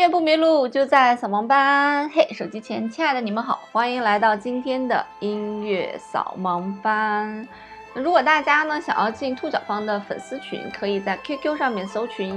乐不迷路，就在扫盲班。嘿，手机前亲爱的你们好，欢迎来到今天的音乐扫盲班。如果大家呢想要进兔小芳的粉丝群，可以在 QQ 上面搜群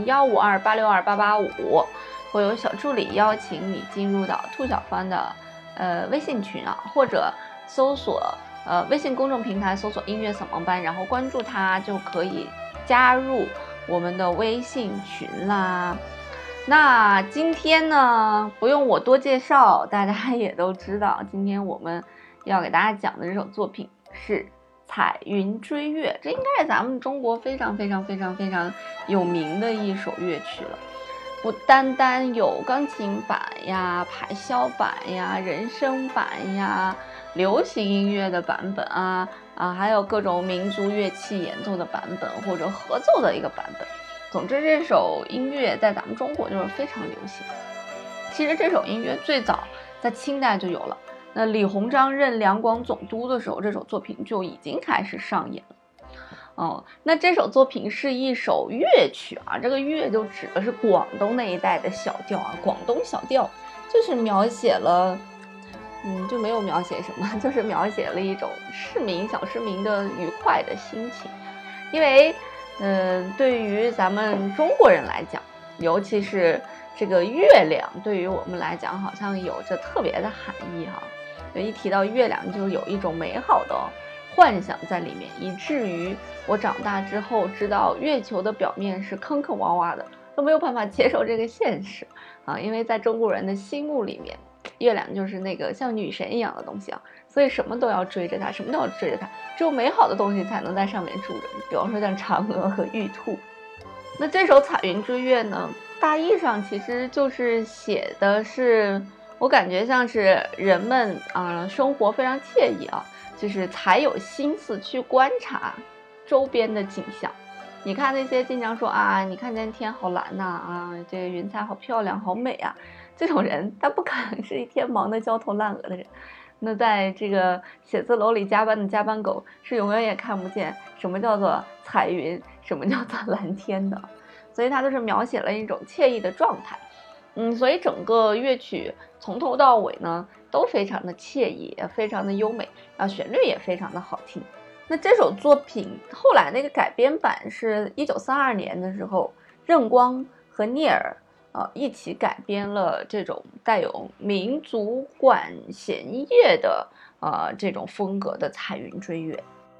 152862885，会有小助理邀请你进入到兔小芳的微信群啊，或者搜索微信公众平台搜索音乐扫盲班，然后关注它就可以加入我们的微信群啦。那今天呢，不用我多介绍，大家也都知道，今天我们要给大家讲的这首作品是《彩云追月》，这应该是咱们中国非常有名的一首乐曲了。不单单有钢琴版呀、排箫版呀、人声版呀、流行音乐的版本还有各种民族乐器演奏的版本或者合奏的一个版本。总之，这首音乐在咱们中国就是非常流行。其实这首音乐最早在清代就有了，那李鸿章任两广总督的时候，这首作品就已经开始上演了。那这首作品是一首乐曲啊，这个乐就指的是广东那一带的小调啊，广东小调就是描写了，就没有描写什么，就是描写了一种小市民的愉快的心情，因为对于咱们中国人来讲，尤其是这个月亮，对于我们来讲好像有着特别的含义哈。一提到月亮，就有一种美好的幻想在里面，以至于我长大之后知道月球的表面是坑坑洼洼的，都没有办法接受这个现实啊。因为在中国人的心目里面，月亮就是那个像女神一样的东西啊，所以什么都要追着它，只有美好的东西才能在上面住着，比方说像嫦娥和玉兔。那这首《彩云追月》呢，大意上其实就是写的是，我感觉像是人们生活非常惬意啊，就是才有心思去观察周边的景象。你看那些经常说你看见天好蓝呐，这个云彩好漂亮好美啊，这种人他不可能是一天忙得焦头烂额的人。那在这个写字楼里加班的加班狗是永远也看不见什么叫做彩云，什么叫做蓝天的，所以它就是描写了一种惬意的状态。所以整个乐曲从头到尾呢都非常的惬意，也非常的优美旋律也非常的好听。那这首作品后来那个改编版是1932年的时候，任光和聂耳一起改编了这种带有民族管弦乐的这种风格的《彩云追月》。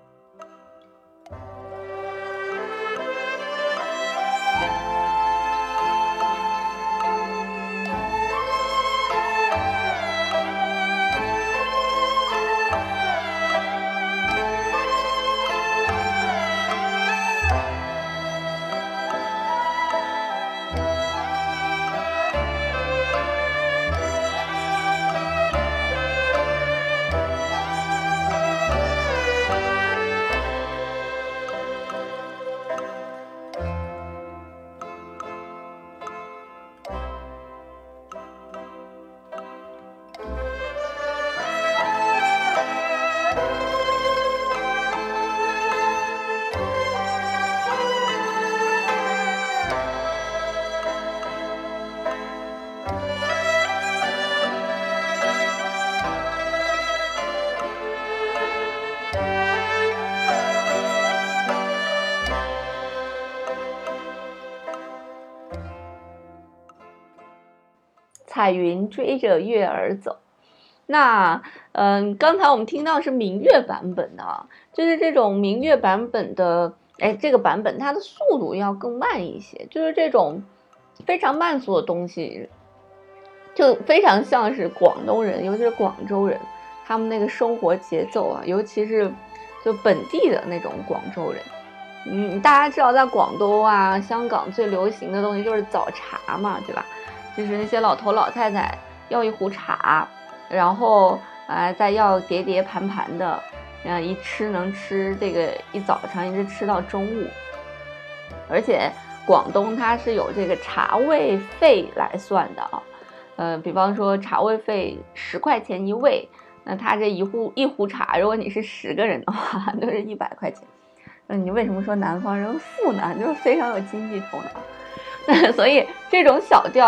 彩云追着月儿走。那刚才我们听到是民乐版本的就是这种民乐版本的这个版本它的速度要更慢一些，就是这种非常慢速的东西就非常像是广东人，尤其是广州人他们那个生活节奏尤其是就本地的那种广州人。大家知道在广东香港最流行的东西就是早茶嘛，对吧？就是那些老头老太太要一壶茶，然后再要叠叠盘盘的，一吃能吃这个一早上一直吃到中午。而且广东它是有这个茶位费来算的比方说茶位费10块钱一位，那它这一壶茶，如果你是10个人的话，都是100块钱。那你为什么说南方人富呢？就是非常有经济头脑。所以这种小调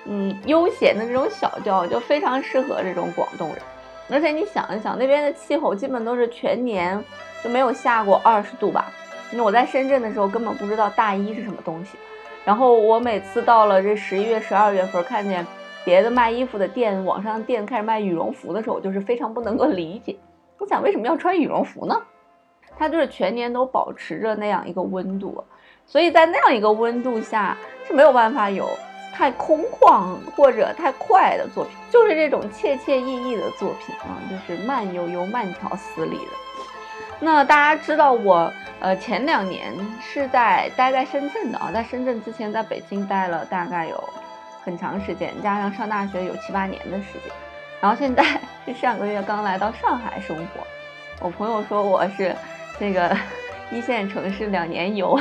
悠闲的这种小调，就非常适合这种广东人。而且你想一想，那边的气候基本都是全年就没有下过20度吧。那我在深圳的时候根本不知道大衣是什么东西，然后我每次到了这11月、12月份，看见别的卖衣服的店，网上店开始卖羽绒服的时候，我就是非常不能够理解。我想为什么要穿羽绒服呢？它就是全年都保持着那样一个温度，所以在那样一个温度下是没有办法有太空旷或者太快的作品，就是这种切切意意的作品啊，就是慢悠悠、慢条斯理的。那大家知道我前2年是待在深圳的啊，在深圳之前在北京待了大概有很长时间，加上上大学有7、8年的时间，然后现在是上个月刚来到上海生活。我朋友说我是这个1线城市2年游，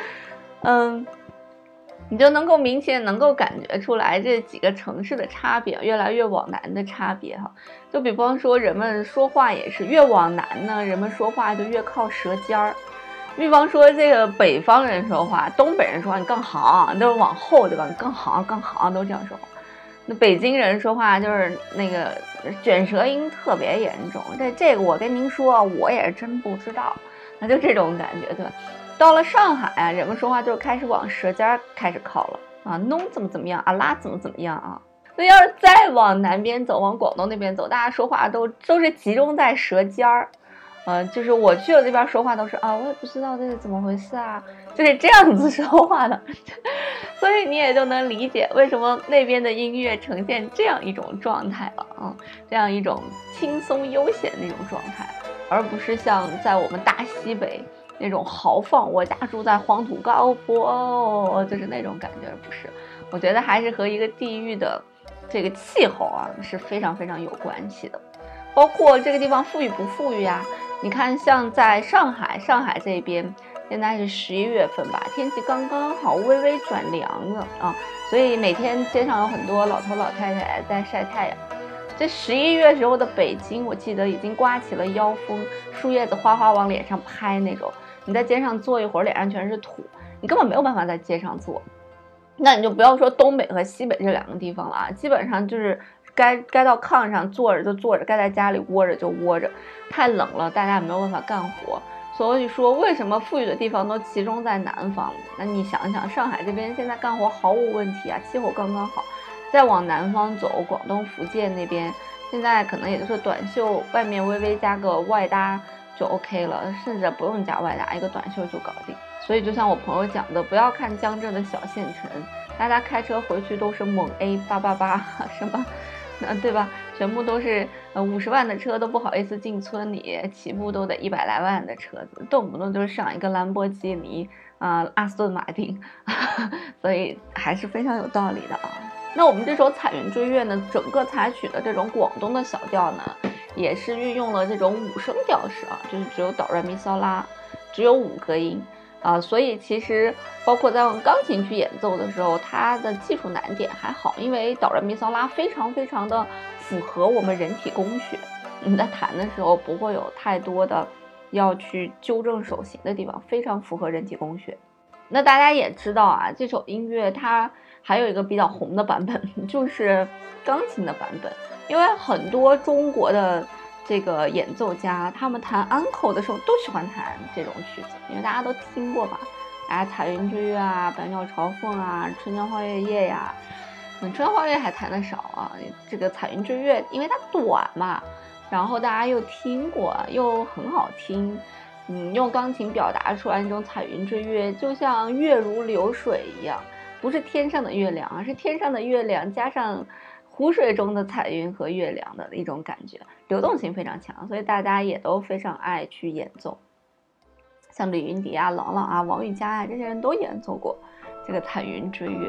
你就能够明显能够感觉出来这几个城市的差别，越来越往南的差别哈。就比方说人们说话也是越往南呢，人们说话就越靠舌尖儿。比方说这个北方人说话，东北人说话你更好，都是往后对吧？你更好都这样说话。那北京人说话就是那个卷舌音特别严重，这个我跟您说，我也是真不知道，那就这种感觉对吧？到了上海啊，人们说话就开始往舌尖开始靠了啊，弄怎么样啊，拉怎么样啊。那要是再往南边走，往广东那边走，大家说话都是集中在舌尖儿。就是我去了这边说话都是啊，我也不知道这是怎么回事啊，就是这样子说话的。所以你也就能理解为什么那边的音乐呈现这样一种状态了啊，这样一种轻松悠闲的一种状态，而不是像在我们大西北那种豪放，我家住在黄土高坡，就是那种感觉。不是，我觉得还是和一个地域的这个气候啊是非常非常有关系的，包括这个地方富裕不富裕啊。你看像在上海这边现在是11月份吧，天气刚刚好，微微转凉了啊，所以每天街上有很多老头老太太在晒太阳。这11月时候的北京，我记得已经刮起了妖风，树叶子哗哗往脸上拍那种，你在街上坐一会儿，脸上全是土，你根本没有办法在街上坐。那你就不要说东北和西北这2个地方了啊，基本上就是该到炕上坐着就坐着，该在家里窝着就窝着，太冷了，大家也没有办法干活。所以说为什么富裕的地方都集中在南方？那你想想，上海这边现在干活毫无问题啊，气候刚刚好。再往南方走，广东、福建那边现在可能也就是短袖，外面微微加个外搭就 OK 了，甚至不用加外搭，一个短袖就搞定。所以就像我朋友讲的，不要看江浙的小县城，大家开车回去都是猛 A888什么，对吧？全部都是50万的车都不好意思进村里，起步都得100来万的车子，动不动就是上一个兰博基尼阿斯顿马丁，所以还是非常有道理的啊。那我们这首彩云追月呢，整个采取的这种广东的小调呢，也是运用了这种5声调式啊，就是只有哆来咪嗦拉，只有5个音啊，所以其实包括在用钢琴去演奏的时候，它的技术难点还好，因为哆来咪嗦拉非常非常的符合我们人体工学，你在弹的时候不会有太多的要去纠正手型的地方，非常符合人体工学。那大家也知道啊，这首音乐它还有一个比较红的版本，就是钢琴的版本。因为很多中国的这个演奏家，他们弹安可的时候都喜欢弹这种曲子，因为大家都听过吧，彩云追月啊，百鸟朝凤啊，春江花月夜呀，春江花月还弹得少啊，这个彩云追月因为它短嘛，然后大家又听过，又很好听。用钢琴表达出来那种彩云追月，就像月如流水一样，不是天上的月亮，而是天上的月亮加上湖水中的彩云和月亮的一种感觉，流动性非常强，所以大家也都非常爱去演奏。像李云迪啊、郎朗啊、王羽佳啊，这些人都演奏过这个彩云追月。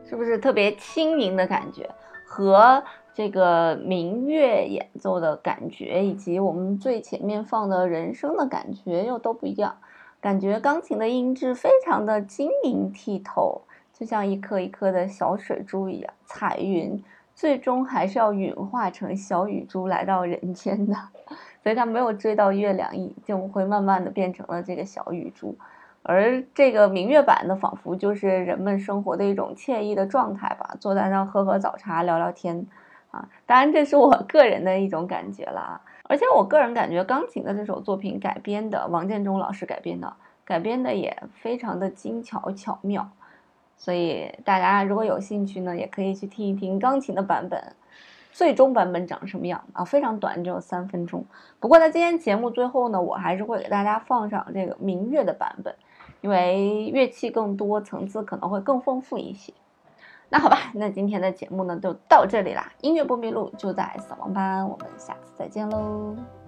是不是特别轻盈的感觉，和这个民乐演奏的感觉，以及我们最前面放的人声的感觉又都不一样。感觉钢琴的音质非常的晶莹剔透，就像一颗一颗的小水珠一样，彩云最终还是要陨化成小雨珠来到人间的，所以它没有追到月亮，就会慢慢的变成了这个小雨珠。而这个民乐版的仿佛就是人们生活的一种惬意的状态吧，坐在那喝喝早茶聊聊天啊，当然这是我个人的一种感觉啦。而且我个人感觉钢琴的这首作品改编的，王建中老师改编的也非常的精巧巧妙，所以大家如果有兴趣呢，也可以去听一听钢琴的版本，最终版本长什么样啊？非常短，只有3分钟。不过在今天节目最后呢，我还是会给大家放上这个民乐的版本，因为乐器更多，层次可能会更丰富一些。那好吧，那今天的节目呢就到这里啦，音乐不迷路就在扫盲班，我们下次再见喽。